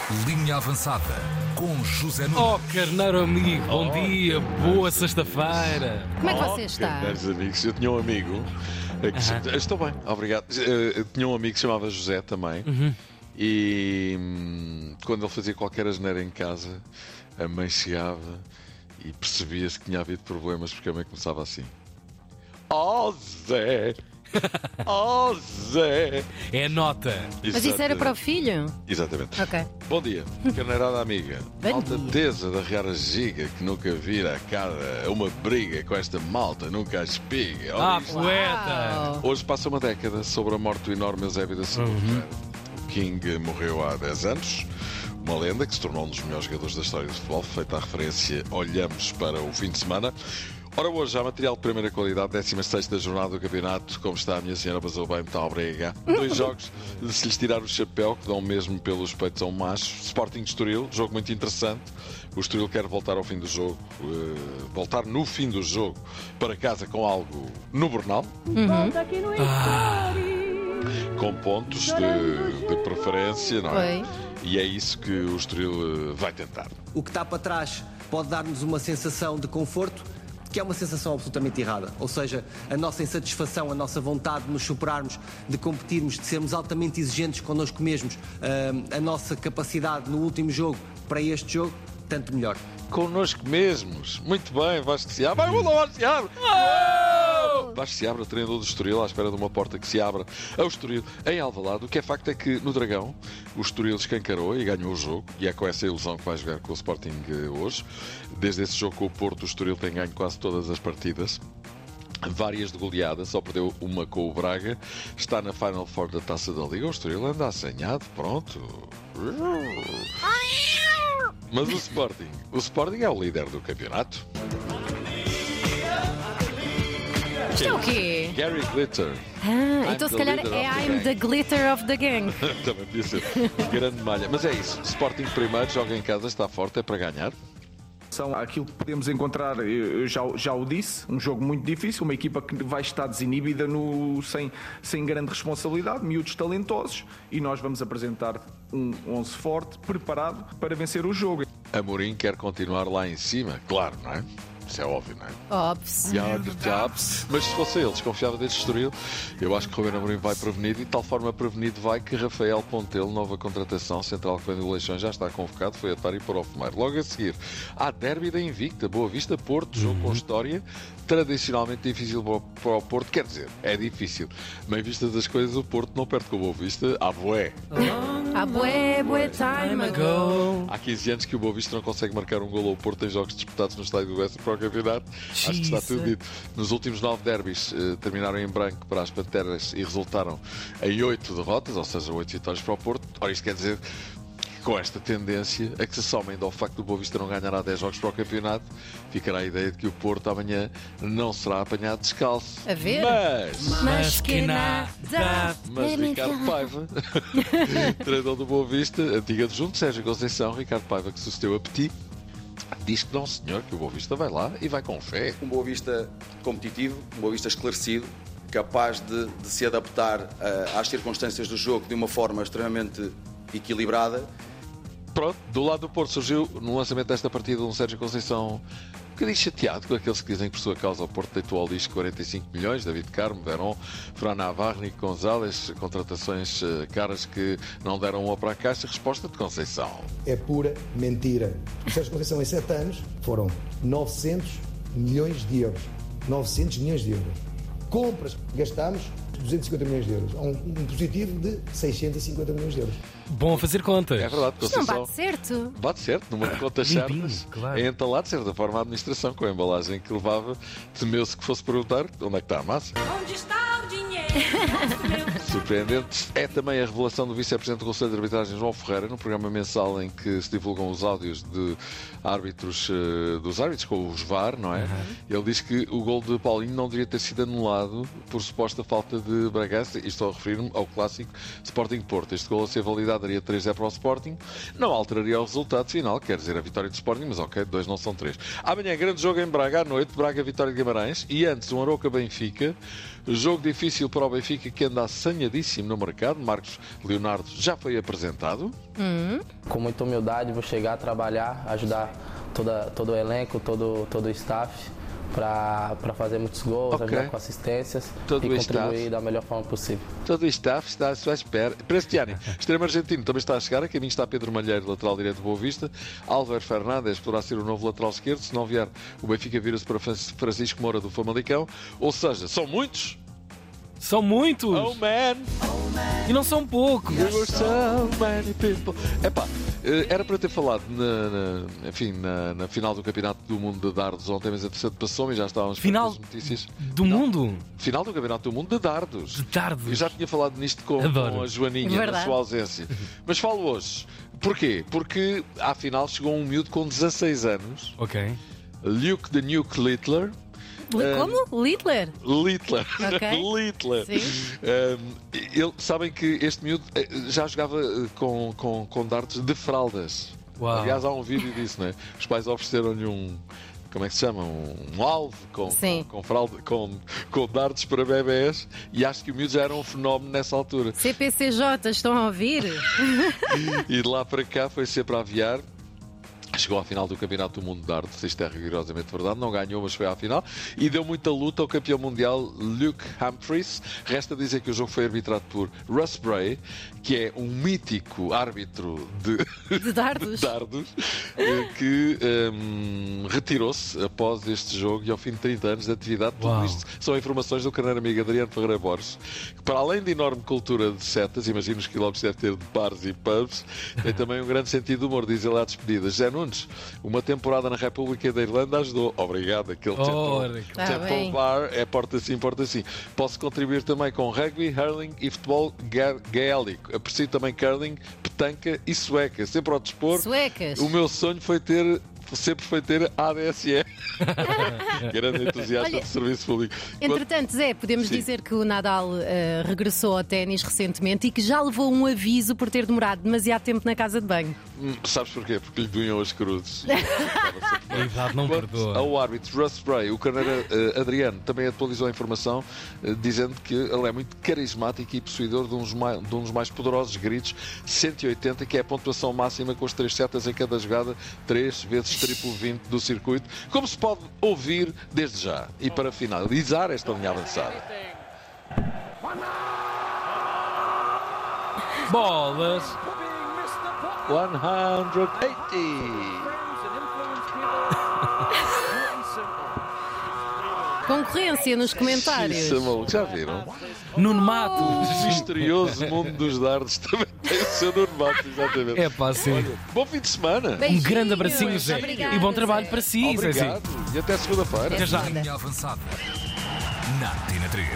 Linha Avançada com José Nunes. Oh, carneiro amigo, bom dia, boa sexta-feira. Como é que você está? Carneiros amigos, eu tinha um amigo estou bem, obrigado. Eu tinha um amigo que se chamava José também. E quando ele fazia qualquer asneira em casa, a mãe chegava e percebia-se que tinha havido problemas, porque a mãe começava assim: Oh Zé! Oh Zé! É a nota. Mas isso era para o filho? Exatamente. Ok. Bom dia, carneirada amiga. Bom Malta dia. tesa de arriar a giga que nunca vira a cara uma briga com esta malta, nunca a espiga. Ora, isto- Poeta. Hoje passa uma década sobre a morte do enorme Eusébio da Silva Ferreira. O King morreu há 10 anos. Uma lenda que se tornou um dos melhores jogadores da história do futebol. Feita a referência, olhamos para o fim de semana. Ora, hoje há material de primeira qualidade, 16ª jornada do campeonato. Como está a minha senhora? Passou bem, muito obrigado. 2 jogos de se lhes tirar o chapéu, que dão mesmo pelos peitos a um macho. Sporting de Estoril, jogo muito interessante. O Estoril quer voltar ao fim do jogo, voltar no fim do jogo para casa com algo no Bernal, com pontos de preferência, não é? Oi. E é isso que o Estoril vai tentar. O que está para trás pode dar-nos uma sensação de conforto, que é uma sensação absolutamente errada. Ou seja, a nossa insatisfação, a nossa vontade de nos superarmos, de competirmos, de sermos altamente exigentes connosco mesmos, a nossa capacidade no último jogo para este jogo, tanto melhor. Connosco mesmos. Muito bem, Vasco Seabra. Vai, vou lá, Vasco Seabra! Vasco Seabra, treinador do Estoril, à espera de uma porta que se abra ao Estoril em Alvalade. O que é facto é que no Dragão o Estoril escancarou e ganhou o jogo, e é com essa ilusão que vai jogar com o Sporting hoje. Desde esse jogo com o Porto, o Estoril tem ganho quase todas as partidas. Várias de goleada, só perdeu uma com o Braga. Está na Final Four da Taça da Liga. O Estoril anda assanhado, pronto. Mas o Sporting é o líder do campeonato. Isto é o quê? Gary Glitter. Então se the calhar leader é of the I'm gang. the glitter of the gang. Também podia ser. Grande malha. Mas é isso. Sporting primeiro, joga em casa, está forte, é para ganhar. São aquilo que podemos encontrar, eu já o disse, um jogo muito difícil, uma equipa que vai estar desinibida sem grande responsabilidade, miúdos talentosos, e nós vamos apresentar um 11 forte, preparado para vencer o jogo. Amorim quer continuar lá em cima, claro, não é? Isso é óbvio, não é? Ops. Yard tops. Mas se fosse ele, desconfiava deste Estoril. Eu acho que Ruben Amorim vai prevenido, e de tal forma prevenido vai que Rafael Pontelo, nova contratação, central que vem do Leixões, já está convocado, foi atar e para o fumar. Logo a seguir, há derby da Invicta, Boa Vista, Porto, jogo com história, tradicionalmente difícil para o Porto, quer dizer, é difícil. Mas em vista das coisas, o Porto não perde com o Boa Vista, à bué. Há bué time ago. Há 15 anos que o Boa Vista não consegue marcar um golo ao Porto em jogos disputados no estádio do Bessa para o campeonato. Acho que está tudo dito. Nos últimos 9 derbys terminaram em branco para as Panteras e resultaram em 8 derrotas, ou seja, 8 vitórias para o Porto. Ora, isto quer dizer que com esta tendência, a que se soma ainda ao facto do Boa Vista não ganhar há 10 jogos para o campeonato, ficará a ideia de que o Porto amanhã não será apanhado descalço. A ver? Mas que nada. Ricardo Paiva, treinador do Boa Vista, antigo adjunto Sérgio Conceição, Ricardo Paiva, que sucedeu a Petit, diz que não, senhor, que o Boa Vista vai lá e vai com fé. Um Boa Vista competitivo, um Boa Vista esclarecido, capaz de se adaptar às circunstâncias do jogo de uma forma extremamente equilibrada. Pronto, do lado do Porto surgiu, no lançamento desta partida, um Sérgio Conceição um bocadinho chateado com aqueles que dizem que por sua causa o Porto deitou ao lixo 45 milhões, David Carmo, Verón, Fran Navarro, Nico Gonzalez, contratações caras que não deram uma para a caixa. Resposta de Conceição. É pura mentira. O Sérgio Conceição, em 7 anos, foram 900 milhões de euros. 900 milhões de euros. Compras, gastámos 250 milhões de euros. Há um positivo de 650 milhões de euros. Bom a fazer contas. É verdade, Isto não Conceição. bate certo. Bate certo, numa de contas Limpinho, certas, claro. é entalado de certa forma a administração com a embalagem que levava. Temeu-se que fosse perguntar onde é que está a massa. Onde está o dinheiro? Surpreendente é também a revelação do vice-presidente do Conselho de Arbitragem, João Ferreira, no programa mensal em que se divulgam os áudios de árbitros, dos árbitros com os VAR, não é? Ele diz que o gol de Paulinho não deveria ter sido anulado por suposta falta de Bragança, e estou a referir-me ao clássico Sporting Porto. Este gol a ser validado daria 3-0 para o Sporting, não alteraria o resultado final, quer dizer, a vitória do Sporting, mas ok, 2 não são 3. Amanhã, grande jogo em Braga, à noite, Braga-Vitória de Guimarães, e antes um Arouca-Benfica, Jogo difícil para o Benfica, que anda assanhadíssimo no mercado. Marcos Leonardo já foi apresentado. Com muita humildade, vou chegar a trabalhar, ajudar todo o elenco, todo o staff para fazer muitos gols, ajudar com assistências Todo e o contribuir staff. da melhor forma possível. Todo o staff está à sua espera. Prestiani, extremo argentino, também está a chegar. A caminho está Pedro Malheiro, lateral direito do Boa Vista. Álvaro Fernandes poderá ser o novo lateral esquerdo. Se não vier, o Benfica vira-se para Francisco Moura do Famalicão. Ou seja, são muitos. São muitos! Oh man! E não são poucos! There were so many people. Epá, era para ter falado na final do Campeonato do Mundo de Dardos ontem, mas entretanto passou e já estávamos Final com as notícias. do mundo? Final do Campeonato do Mundo de Dardos. De dardos. Eu já tinha falado nisto com Adoro. a Joaninha, na Verdade. sua ausência. Mas falo hoje. Porquê? Porque à final chegou um miúdo com 16 anos, Ok. Luke the Nuke Littler. Como? Littler? Littler. Ok. Littler. Sim. Sabem que este miúdo já jogava com dardos de fraldas. Uau. Aliás, há um vídeo disso, não é? Os pais ofereceram-lhe como é que se chama? Um alvo Sim. com fralda, com dardos para bebés, e acho que o miúdo já era um fenómeno nessa altura. CPCJ, estão a ouvir? E de lá para cá foi sempre a aviar. Chegou à final do Campeonato do Mundo de Dardos, isto é rigorosamente verdade, não ganhou, mas foi à final e deu muita luta ao campeão mundial Luke Humphries. Resta dizer que o jogo foi arbitrado por Russ Bray, que é um mítico árbitro De dardos? de dardos, que retirou-se após este jogo e ao fim de 30 anos de atividade. Tudo Uau. isto são informações do carneiro amigo Adriano Ferreira Borges, que para além de enorme cultura de setas, imagino os quilómetros deve ter de bares e pubs, tem também um grande sentido de humor, diz ele à despedida. José Nunes, uma temporada na República da Irlanda ajudou. Obrigado, aquele Ora, Tá bem. Bar é porta sim, porta sim. Posso contribuir também com rugby, hurling e futebol gaélico. Aprecio também curling, petanca e sueca. Sempre ao dispor. Suecas. O meu sonho sempre foi ter ADSE. Grande entusiasta Olha, de serviço público. Entretanto, Zé, podemos Sim. dizer que o Nadal regressou ao ténis recentemente e que já levou um aviso por ter demorado demasiado tempo na casa de banho. Sabes porquê? Porque lhe doíam as cruzes. a idade não Quanto perdoa. ao árbitro Russ Bray, o carneiro Adriano também atualizou a informação, dizendo que ele é muito carismático e possuidor de um dos mais poderosos gritos, 180, que é a pontuação máxima com as 3 setas em cada jogada, 3 vezes triplo 20 do circuito, como se pode ouvir desde já. E para finalizar esta linha avançada. Bolas! 180! Concorrência nos comentários. Isso, maluco, já viram? Nuno Matos! O misterioso mundo dos dardos também tem o seu Nuno Matos, exatamente. É pá, sim. Bom fim de semana! Um grande abracinho, Zé. Obrigada, E bom trabalho Zé. para si, Zé. Obrigado e até segunda-feira. Até já. Linha avançada. Na Tina 3.